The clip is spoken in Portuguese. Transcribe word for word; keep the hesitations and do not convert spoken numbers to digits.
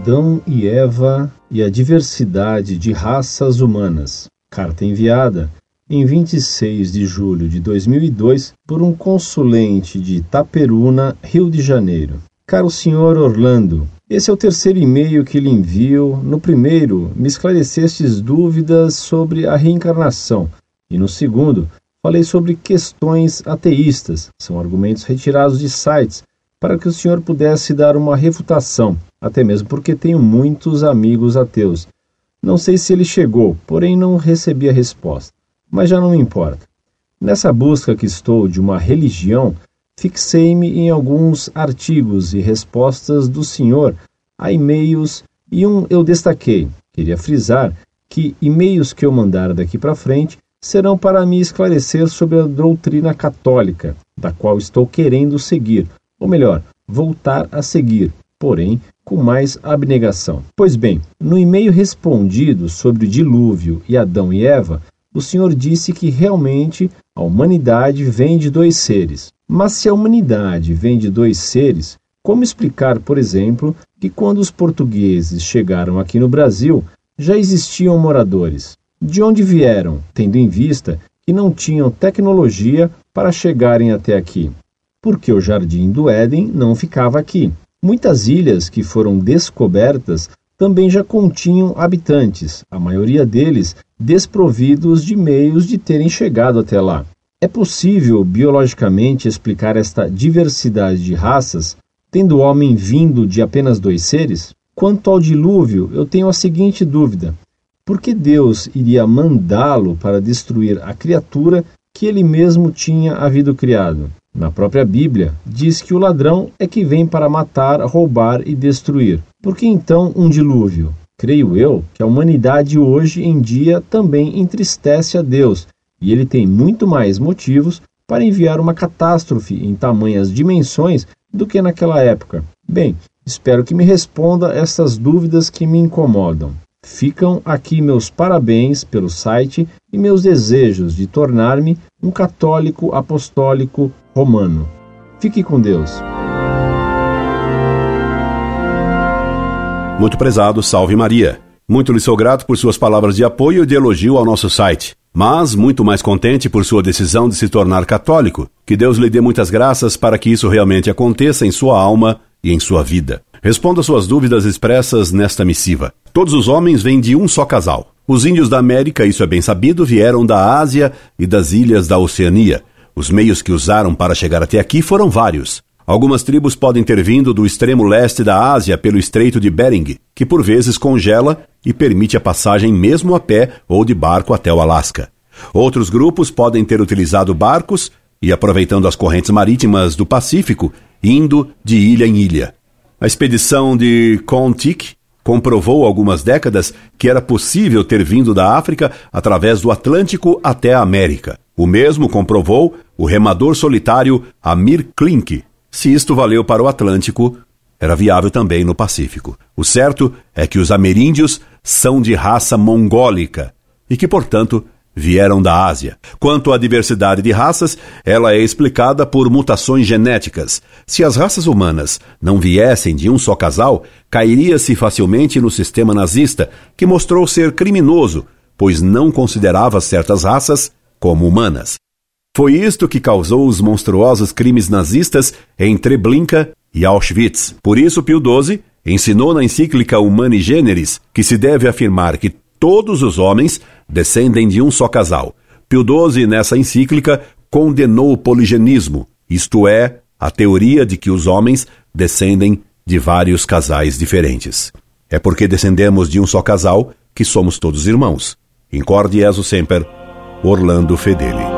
Adão e Eva e a diversidade de raças humanas. Carta enviada em vinte e seis de julho de dois mil e dois por um consulente de Itaperuna, Rio de Janeiro. Caro senhor Orlando, esse é o terceiro e-mail que lhe envio. No primeiro, me esclarecestes dúvidas sobre a reencarnação, e no segundo, falei sobre questões ateístas, são argumentos retirados de sites, para que o senhor pudesse dar uma refutação, até mesmo porque tenho muitos amigos ateus. Não sei se ele chegou, porém não recebi a resposta, mas já não me importa. Nessa busca que estou de uma religião, fixei-me em alguns artigos e respostas do senhor a e-mails, e um eu destaquei. Queria frisar que e-mails que eu mandar daqui para frente serão para me esclarecer sobre a doutrina católica, da qual estou querendo seguir, ou melhor, voltar a seguir, porém com mais abnegação. Pois bem, no e-mail respondido sobre o dilúvio e Adão e Eva, o senhor disse que realmente a humanidade vem de dois seres. Mas se a humanidade vem de dois seres, como explicar, por exemplo, que quando os portugueses chegaram aqui no Brasil, já existiam moradores? De onde vieram, tendo em vista que não tinham tecnologia para chegarem até aqui? Porque o Jardim do Éden não ficava aqui. Muitas ilhas que foram descobertas também já continham habitantes, a maioria deles desprovidos de meios de terem chegado até lá. É possível biologicamente explicar esta diversidade de raças, tendo o homem vindo de apenas dois seres? Quanto ao dilúvio, eu tenho a seguinte dúvida: por que Deus iria mandá-lo para destruir a criatura que ele mesmo tinha havido criado? Na própria Bíblia, diz que o ladrão é que vem para matar, roubar e destruir. Por que então um dilúvio? Creio eu que a humanidade hoje em dia também entristece a Deus, e ele tem muito mais motivos para enviar uma catástrofe em tamanhas dimensões do que naquela época. Bem, espero que me responda essas dúvidas que me incomodam. Ficam aqui meus parabéns pelo site e meus desejos de tornar-me um católico apostólico romano. Fique com Deus. Muito prezado, salve Maria. Muito lhe sou grato por suas palavras de apoio e de elogio ao nosso site, mas muito mais contente por sua decisão de se tornar católico. Que Deus lhe dê muitas graças para que isso realmente aconteça em sua alma e em sua vida. Responda suas dúvidas expressas nesta missiva. Todos os homens vêm de um só casal. Os índios da América, isso é bem sabido, vieram da Ásia e das ilhas da Oceania. Os meios que usaram para chegar até aqui foram vários. Algumas tribos podem ter vindo do extremo leste da Ásia pelo Estreito de Bering, que por vezes congela e permite a passagem mesmo a pé ou de barco até o Alasca. Outros grupos podem ter utilizado barcos e, aproveitando as correntes marítimas do Pacífico, indo de ilha em ilha. A expedição de Kon-Tiki comprovou há algumas décadas que era possível ter vindo da África através do Atlântico até a América. O mesmo comprovou o remador solitário Amir Klink. Se isto valeu para o Atlântico, era viável também no Pacífico. O certo é que os ameríndios são de raça mongólica e que, portanto, vieram da Ásia. Quanto à diversidade de raças, ela é explicada por mutações genéticas. Se as raças humanas não viessem de um só casal, cairia-se facilmente no sistema nazista, que mostrou ser criminoso, pois não considerava certas raças como humanas. Foi isto que causou os monstruosos crimes nazistas em Treblinka e Auschwitz. Por isso, Pio doze ensinou na encíclica Humani Generis que se deve afirmar que todos os homens descendem de um só casal. Pio doze, nessa encíclica, condenou o poligenismo, isto é, a teoria de que os homens descendem de vários casais diferentes. É porque descendemos de um só casal que somos todos irmãos. Incorde Jesus Semper, Orlando Fedeli.